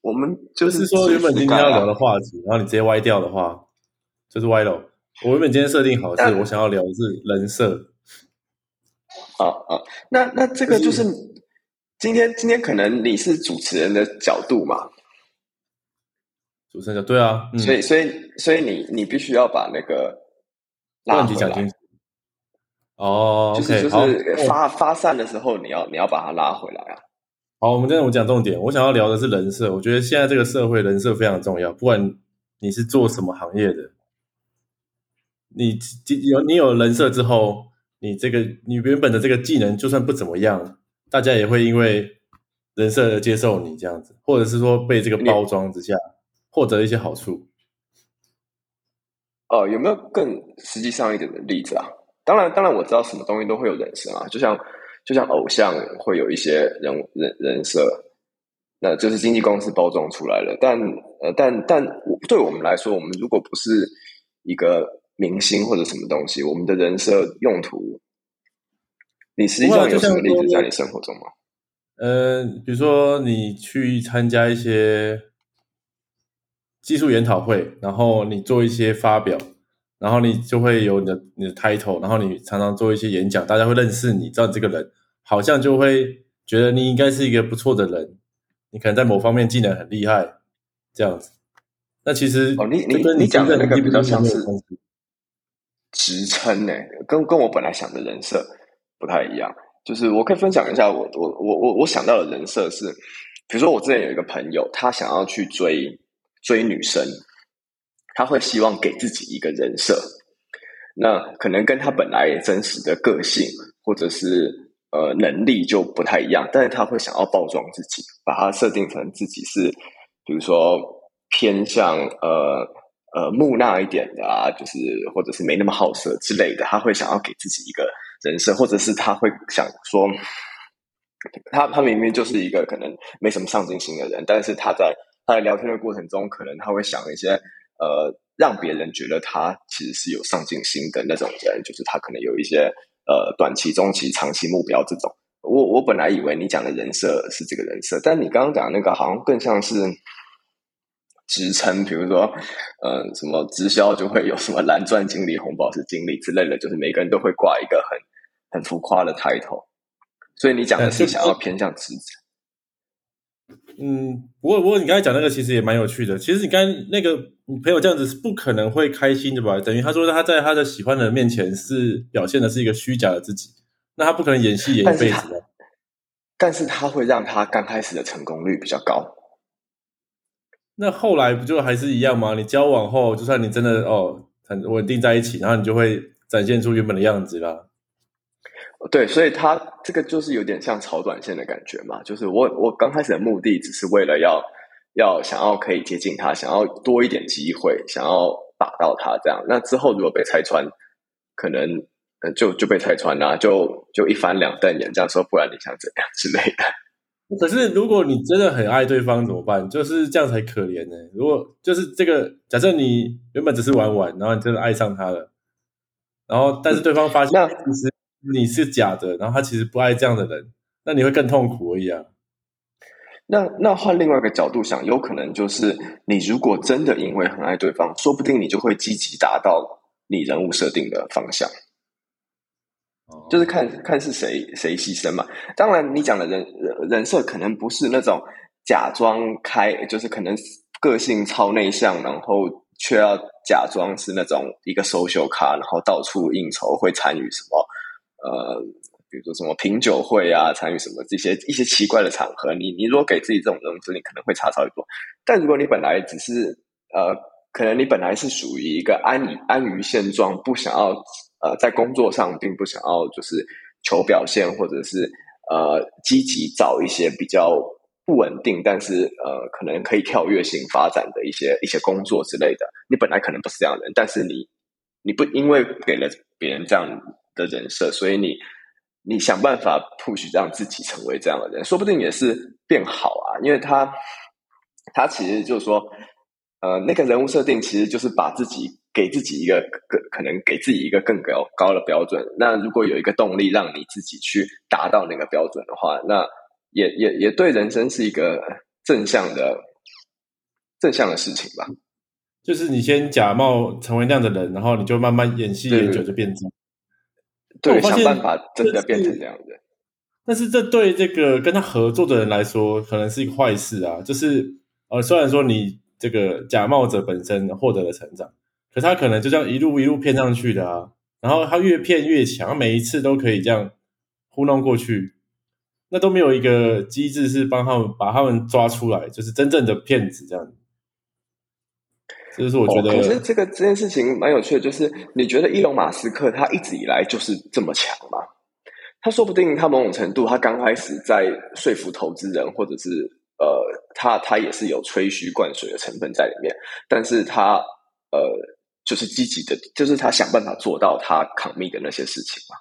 我们就是说原本今天要聊的话题，然后你直接歪掉的话，就是歪了。我原本今天设定好是我想要聊的是人设。 那这个就是今天可能你是主持人的角度嘛？ 主持人角对啊， 所以你必须要把那个拉回来。 哦， 就是好， 发散的时候，你要把它拉回来啊。 好，我们讲重点。我想要聊的是人设。我觉得现在这个社会人设非常重要，不管你是做什么行业的，你有人设之后，你原本的这个技能就算不怎么样，大家也会因为人设而接受你这样子，或者是说被这个包装之下获得一些好处。 有没有更实际上一点的例子啊？当然我知道什么东西都会有人设啊，就像偶像会有一些人设，那就是经纪公司包装出来了。但对我们来说，我们如果不是一个明星或者什么东西，我们的人设用途，你实际上有什么例子在你生活中吗？ 比如说你去参加一些技术研讨会，然后你做一些发表，然后你就会有你的 title， 然后你常常做一些演讲，大家会认识你，知道你这个人，好像就会觉得你应该是一个不错的人，你可能在某方面技能很厉害，这样子。那其实你讲的那个比较像是关系职称跟我本来想的人设不太一样。就是我可以分享一下我想到的人设是，比如说我之前有一个朋友，他想要去追女生，他会希望给自己一个人设，那可能跟他本来真实的个性或者是能力就不太一样，但是他会想要包装自己，把它设定成自己是比如说偏向木讷一点的啊，就是或者是没那么好色之类的，他会想要给自己一个人设，或者是他会想说他明明就是一个可能没什么上进心的人，但是他在聊天的过程中，可能他会想一些让别人觉得他其实是有上进心的那种人，就是他可能有一些短期、中期、长期目标这种。我本来以为你讲的人设是这个人设，但你刚刚讲的那个好像更像是职称，比如说什么直销就会有什么蓝钻经理、红宝石经理之类的，就是每个人都会挂一个很浮夸的 title。所以你讲的是想要偏向职称。 不过你刚才讲那个其实也蛮有趣的。其实你刚才那个你朋友这样子是不可能会开心的吧？等于他说他在他的喜欢的人面前是表现的是一个虚假的自己，那他不可能演戏演一辈子的。 但是他会让他刚开始的成功率比较高。 那后来不就还是一样吗？你交往后，就算你真的很稳定在一起，然后你就会展现出原本的样子啦。 对，所以他这个就是有点像炒短线的感觉嘛，就是我刚开始的目的只是为了要想要可以接近他，想要多一点机会，想要打到他这样。那之后如果被拆穿，可能就被拆穿啦，就一翻两瞪眼这样说，不然你想怎样之类的。 可是如果你真的很爱对方怎么办？就是这样才可怜呢。如果就是这个，假设你原本只是玩玩，然后你真的爱上他了，然后但是对方发现其实你是假的，然后他其实不爱这样的人，那你会更痛苦而已啊。 那换另外一个角度想，有可能就是你如果真的因为很爱对方，说不定你就会积极达到你人物设定的方向。就是看是谁牺牲嘛。当然，你讲的人设可能不是那种假装就是可能个性超内向，然后却要假装是那种一个 social 咖，然后到处应酬，会参与什么比如说什么品酒会啊，参与什么一些奇怪的场合。你如果给自己这种认知，你可能会差超多。但如果你本来只是可能你本来是属于一个安于现状，不想要在工作上并不想要就是求表现，或者是积极找一些比较不稳定，但是可能可以跳跃性发展的一些工作之类的。你本来可能不是这样的人，但是你不因为给了别人这样的人设，所以你想办法 push 让自己成为这样的人，说不定也是变好啊。因为他其实就是说那个人物设定其实就是把自己给自己一个可能给自己一个更高的标准。那如果有一个动力让你自己去达到那个标准的话，那也对人生是一个正向的正向的事情吧。 就是你先假冒成为那样的人，然后你就慢慢演戏演久就变这样。 对， 我发现想办法真的变成这样的。 但是这对这个跟他合作的人来说，可能是一个坏事啊。就是虽然说你这个假冒者本身获得了成长，可他可能就这样一路一路骗上去的啊。然后他越骗越强，每一次都可以这样糊弄过去，那都没有一个机制是帮他们把他们抓出来，就是真正的骗子这样。这就是我觉得， 可是这件事情蛮有趣的，就是你觉得伊隆马斯克他一直以来就是这么强吗？他说不定他某种程度，他刚开始在说服投资人，或者是他也是有吹嘘灌水的成分在里面，但是他就是积极的，就是他想办法做到他抗密的那些事情嘛。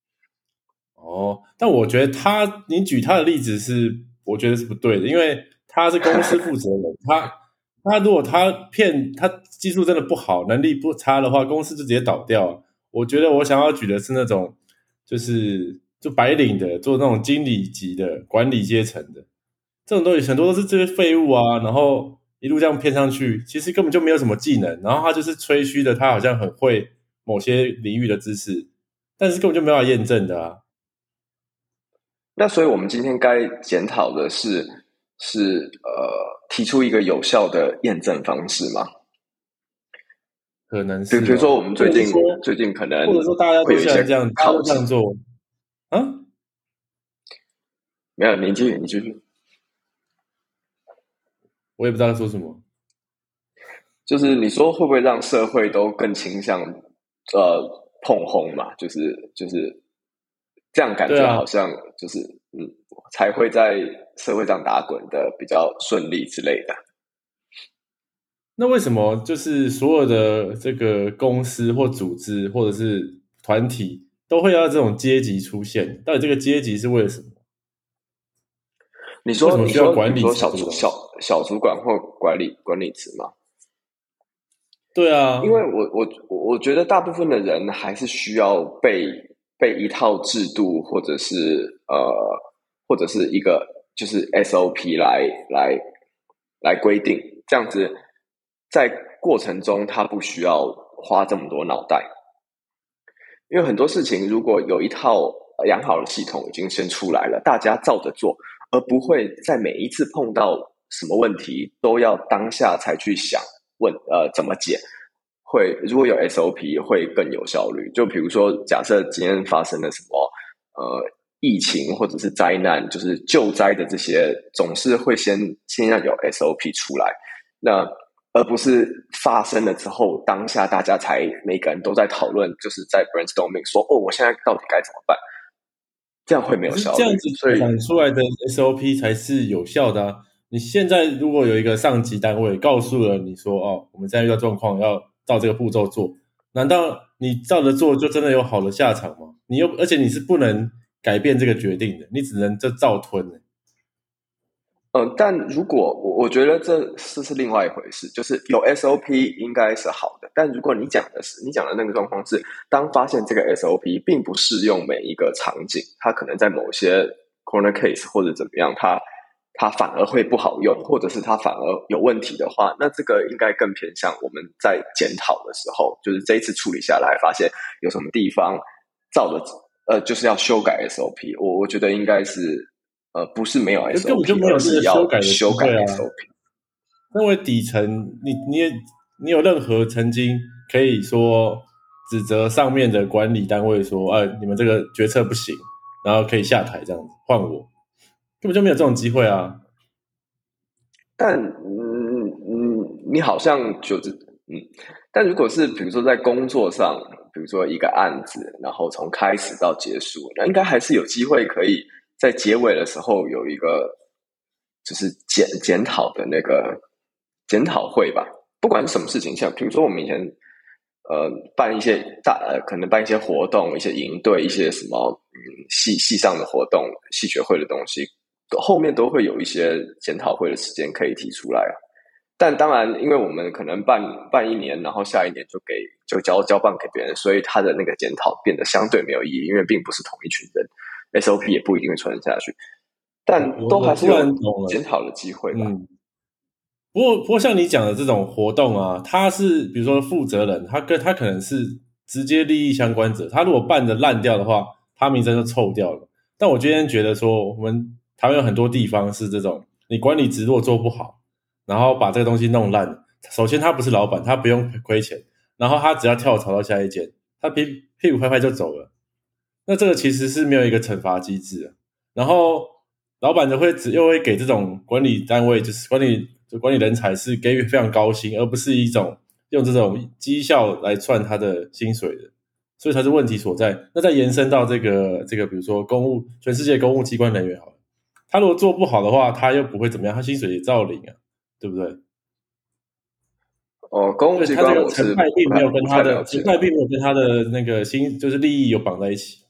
但我觉得你举他的例子我觉得是不对的，因为他是公司负责人，如果他技术真的不好，能力不差的话，公司就直接倒掉。我觉得我想要举的是那种，就白领的，做那种经理级的管理阶层的，这种东西很多都是这些废物啊，然后一路这样骗上去，其实根本就没有什么技能，然后他就是吹嘘的，他好像很会某些领域的知识，但是根本就没办法验证的啊。 那所以我们今天该检讨的是提出一个有效的验证方式吗？ 可能是， 比如说我们最近可能或者说大家都喜欢这样，大家都这样做啊？ 没有，你继续。 我也不知道说什么。 就是你说会不会让社会都更倾向碰轰嘛？就是这样感觉好像就是才会在社会上打滚的比较顺利之类的。 那为什么就是所有的这个公司或组织或者是团体都会要这种阶级出现？到底这个阶级是为了什么？ 你说需要管理小主管或管理职吗？ 对啊， 因为我觉得大部分的人还是需要被一套制度或者是一个就是 SOP 来规定，这样子在过程中他不需要花这么多脑袋，因为很多事情如果有一套良好的系统已经先出来了，大家照着做，而不会在每一次碰到什么问题都要当下才去想怎么解。如果有 SOP 会更有效率。就比如说，假设今天发生了什么疫情或者是灾难，就是救灾的这些，总是会先要有 SOP 出来，那而不是发生了之后，当下大家才每个人都在讨论，就是在 brainstorming 说我现在到底该怎么办？这样会没有效率。 这样子想出来的 SOP 才是有效的啊。你现在如果有一个上级单位告诉了你说，我们现在遇到状况要照这个步骤做，难道你照着做就真的有好的下场吗？而且你是不能改变这个决定的，你只能就照吞的。 但如果我觉得这是另外一回事，就是有 SOP 应该是好的，但如果你讲的那个状况是，当发现这个 SOP 并不适用每一个场景，它可能在某些 corner case 或者怎么样，它反而会不好用，或者是它反而有问题的话，那这个应该更偏向我们在检讨的时候，就是这一次处理下来发现有什么地方就是要修改 SOP， 我觉得应该是不是没有 SOP， 根本就没有这个修改 SOP。 认为底层你有任何曾经可以说指责上面的管理单位说，你们这个决策不行，然后可以下台这样子换我，根本就没有这种机会啊。 但你好像但如果是比如说在工作上，比如说一个案子，然后从开始到结束，那应该还是有机会可以在结尾的时候有一个就是检讨的那个检讨会吧。不管是什么事情，像比如说我们以前办一些可能办一些活动，一些营队，一些什么系上的活动，系学会的东西，后面都会有一些检讨会的时间可以提出来啊。但当然，因为我们可能办一年，然后下一年就交棒给别人，所以他的那个检讨变得相对没有意义，因为并不是同一群人 ，SOP 也不一定会传下去，但都还是有检讨的机会吧。 不过像你讲的这种活动啊，他是比如说负责人，他可能是直接利益相关者，他如果办的烂掉的话，他名声就臭掉了。但我今天觉得说，我们台湾有很多地方是这种，你管理职如果做不好，然后把这个东西弄烂，首先他不是老板，他不用亏钱，然后他只要跳槽到下一间，他屁股拍拍就走了。那这个其实是没有一个惩罚机制的，然后老板又会给这种管理单位，就是管理人才是给予非常高薪，而不是一种用这种绩效来算他的薪水的，所以才是问题所在。那再延伸到这个，比如说全世界公务机关人员好了，他如果做不好的话，他又不会怎么样，他薪水也照领啊，对不对？ 公务机关我是成败并没有跟他的那个就是利益有绑在一起。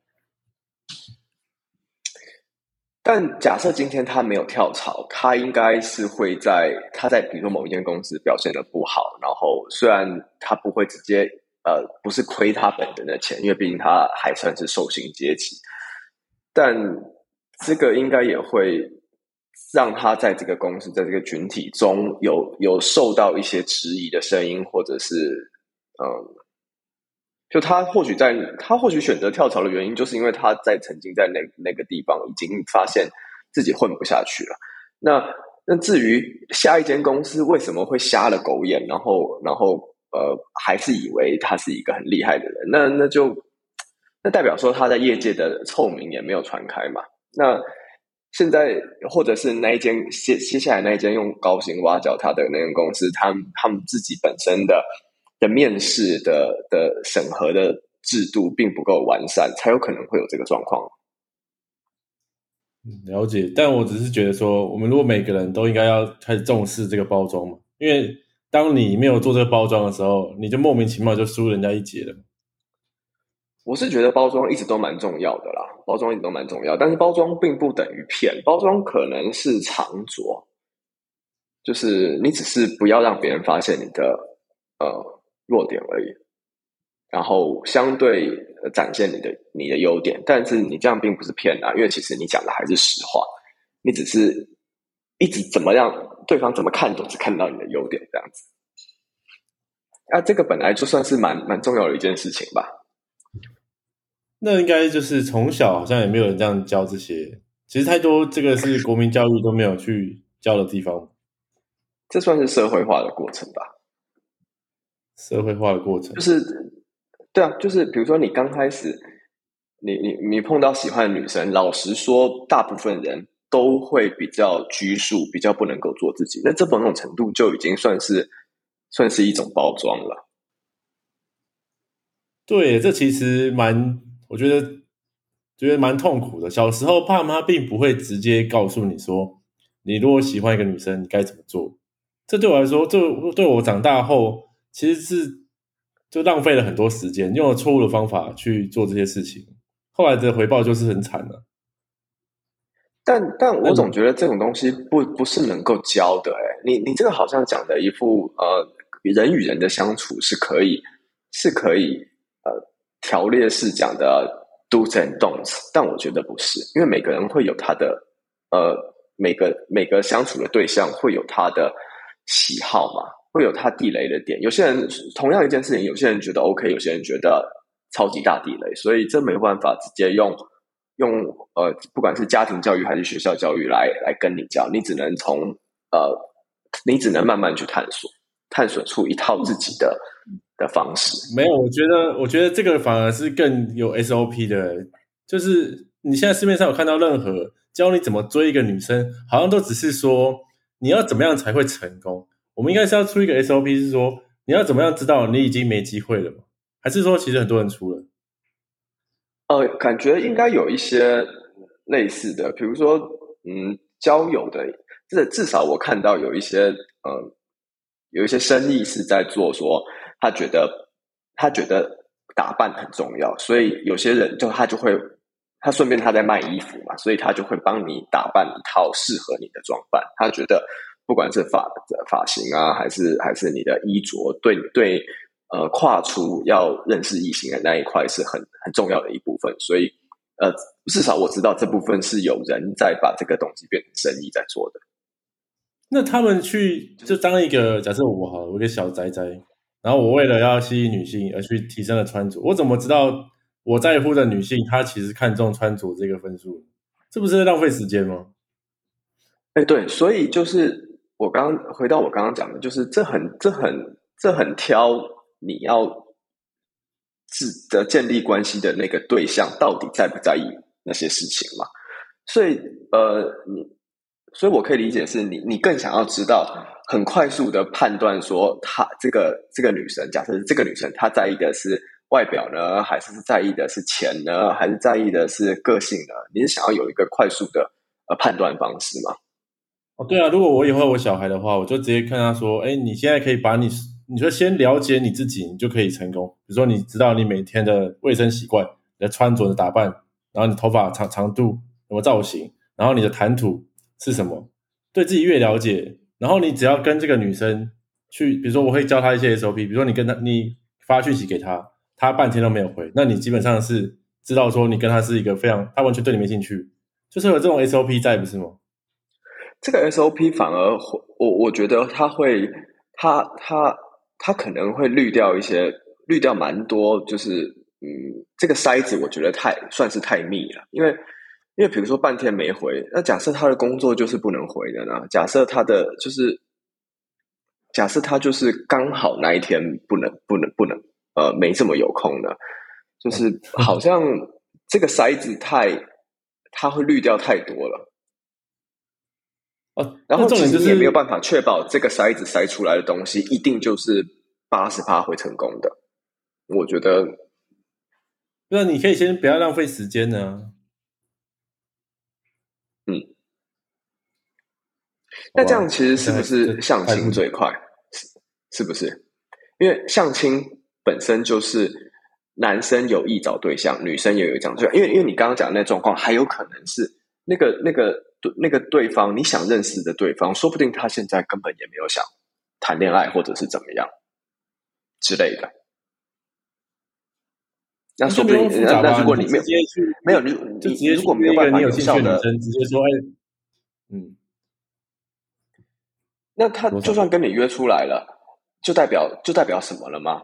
但假设今天他没有跳槽，他应该是他在比如说某一间公司表现的不好，然后虽然他不会直接不是亏他本人的钱，因为毕竟他还算是受薪阶级，但这个应该也会让他在这个公司在这个群体中有受到一些质疑的声音，或者是就他或许选择跳槽的原因，就是因为他曾经在那个地方已经发现自己混不下去了。那至于下一间公司为什么会瞎了狗眼，然后还是以为他是一个很厉害的人，那代表说他在业界的臭名也没有传开嘛。那现在或者是那一间接下来那一间用高薪挖角他的那间公司，他们自己本身的面试的审核的制度并不够完善，才有可能会有这个状况。 了解，但我只是觉得说，我们如果每个人都应该要开始重视这个包装嘛，因为当你没有做这个包装的时候，你就莫名其妙就输人家一截了。 我是觉得包装一直都蛮重要的啦，包装一直都蛮重要，但是包装并不等于骗，包装可能是藏拙，就是你只是不要让别人发现你的弱点而已，然后相对展现你的优点，但是你这样并不是骗啊，因为其实你讲的还是实话，你只是一直怎么让对方怎么看都只看到你的优点这样子。这个本来就算是蛮重要的一件事情吧。 那应该就是从小好像也没有人这样教这些，其实太多这个是国民教育都没有去教的地方。 这算是社会化的过程吧。 社会化的过程就是对啊，就是比如说你刚开始你碰到喜欢的女生，老实说大部分人都会比较拘束，比较不能够做自己，那这某种程度就已经算是一种包装了。 对，这其实我觉得蛮痛苦的。小时候爸妈并不会直接告诉你说，你如果喜欢一个女生，你该怎么做。这对我来说，对我长大后其实就浪费了很多时间，用了错误的方法去做这些事情，后来的回报就是很惨了。 但我总觉得这种东西不是能够教的。你这个好像讲的一副人与人的相处是可以条列式讲的 do's and don'ts， 但我觉得不是，因为每个人会有他的每个相处的对象会有他的喜好嘛，会有他地雷的点。有些人同样一件事情，有些人觉得 OK， 有些人觉得超级大地雷，所以这没办法直接用不管是家庭教育还是学校教育来跟你教，你只能你只能慢慢去探索出一套自己的方式。 没有，我觉得这个反而是更有 SOP 的，就是你现在市面上有看到任何教你怎么追一个女生，好像都只是说你要怎么样才会成功。我们应该是要出一个 SOP， 是说你要怎么样知道你已经没机会了吗？还是说其实很多人出了？ 感觉应该有一些类似的，比如说交友的，至少我看到有一些生意是在做说他觉得打扮很重要，所以有些人他顺便他在卖衣服嘛，所以他就会帮你打扮一套适合你的装扮。他觉得不管是发型啊，还是你的衣着，对跨出要认识异性的那一块是很重要的一部分。所以至少我知道这部分是有人在把这个东西变成生意在做的。 那他们去就当一个假设我好了，我一个小宅宅，然后我为了要吸引女性而去提升了穿着，我怎么知道我在乎的女性她其实看重穿着这个分数？这不是浪费时间吗？ 对，所以就是回到我刚刚讲的，就是这很挑你要建立关系的那个对象到底在不在意那些事情嘛？所以所以我可以理解是你更想要知道很快速的判断说她这个女生，假设是这个女生她在意的是外表呢，还是在意的是钱呢，还是在意的是个性呢？你是想要有一个快速的判断方式吗？ 对啊，如果我以后有小孩的话，我就直接看他说，你现在可以把你说先了解你自己，你就可以成功。比如说，你知道你每天的卫生习惯、你的穿着的打扮，然后你头发长度有没有造型，然后你的谈吐是什么，对自己越了解，然后你只要跟这个女生去，比如说我会教她一些 SOP，比如说你发讯息给她，她半天都没有回，那你基本上是知道说你跟她是一个她完全对你没兴趣，就是有这种 SOP 在，不是吗？ 这个 SOP 反而我觉得他他他可能会滤掉蛮多，就是这个筛子我觉得算是太密了，因为比如说半天没回，那假设他的工作就是不能回的呢？假设他就是刚好那一天不能没这么有空呢，就是好像这个筛子它会滤掉太多了。然后其实你也没有办法确保这个筛子筛出来的东西一定就是80%会成功的。我觉得， 那你可以先不要浪费时间呢。 那这样其实是不是相亲最快？是不是？因为相亲本身就是男生有意找对象，女生也有意找对象。因为你刚刚讲的那状况，还有可能是那个对方你想认识的对方，说不定他现在根本也没有想谈恋爱，或者是怎么样之类的。那说不定，那如果你没有你如果没有办法有效的， 直接说， 那他就算跟你约出来了，就代表什么了吗？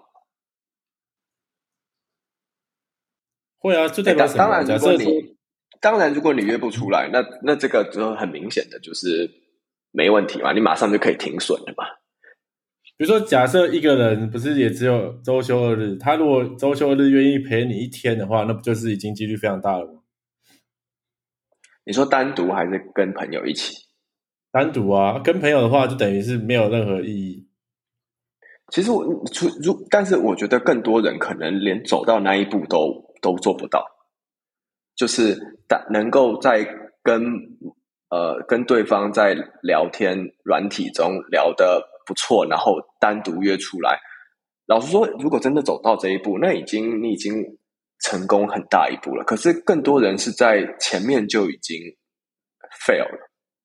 会啊，就代表什么？ 当然，如果你约不出来，那这个就很明显的就是没问题嘛，你马上就可以停损了嘛。 比如说，假设一个人不是也只有周休2日，他如果周休2日愿意陪你一天的话，那不就是已经几率非常大了吗？ 你说单独还是跟朋友一起？ 单独啊，跟朋友的话就等于是没有任何意义。 其实但是我觉得更多人可能连走到那一步都做不到，就是能够在跟对方在聊天软体中聊得不错，然后单独约出来。老实说，如果真的走到这一步，那你已经成功很大一步了。可是更多人是在前面就已经 fail 了。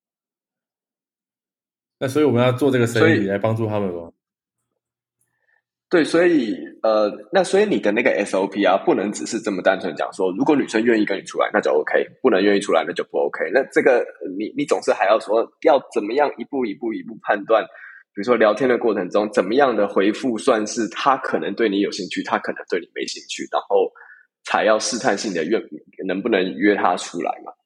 那所以我们要做这个生意来帮助他们吗？ 对，所以所以你的那个 SOP 啊，不能只是这么单纯讲说，如果女生愿意跟你出来，那就 OK；不能愿意出来，那就不 OK。那这个你总是还要说要怎么样一步判断，比如说聊天的过程中，怎么样的回复算是他可能对你有兴趣，他可能对你没兴趣，然后才要试探性的能不能约他出来嘛。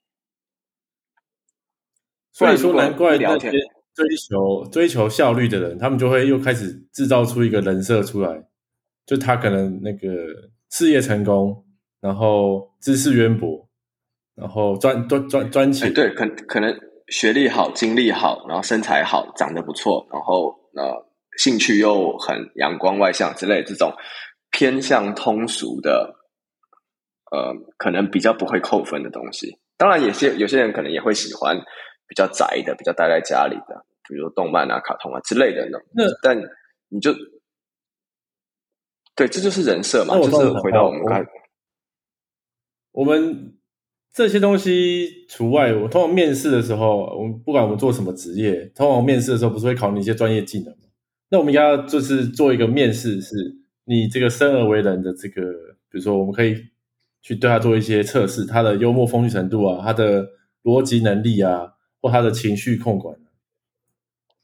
所以说，难怪那些追求效率的人，他们就会又开始制造出一个人设出来，就他可能那个事业成功，然后知识渊博，然后专情， 对，可能学历好，经历好，然后身材好，长得不错，然后兴趣又很阳光外向之类这种偏向通俗的，可能比较不会扣分的东西。当然，有些人可能也会喜欢比较宅的，比较待在家里的，比如动漫啊、卡通啊之类的但你就对，这就是人设嘛，就是回到我们刚才， 我们这些东西除外，我通常面试的时候，我们不管我们做什么职业，通常面试的时候不是会考你一些专业技能吗？那我们应该要就是做一个面试，是你这个生而为人的这个，比如说我们可以去对他做一些测试，他的幽默风趣程度啊，他的逻辑能力啊，或他的情绪控管。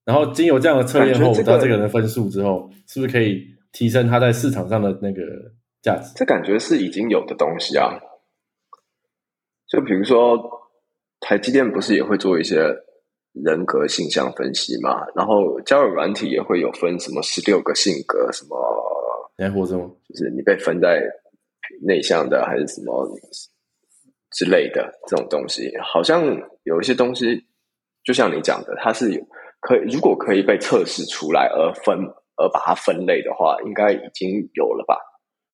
然后经由这样的测验后，我们知道这个个人的分数之后，是不是可以提升他在市场上的那个价值？ 这感觉是已经有的东西啊。就比如说，台积电不是也会做一些人格性向分析嘛？然后交友软体也会有分什么16个性格，什么你还活着吗？ 就是你被分在内向的还是什么之类的这种东西，好像有一些东西，就像你讲的，它是如果可以被测试出来而把它分类的话，应该已经有了吧？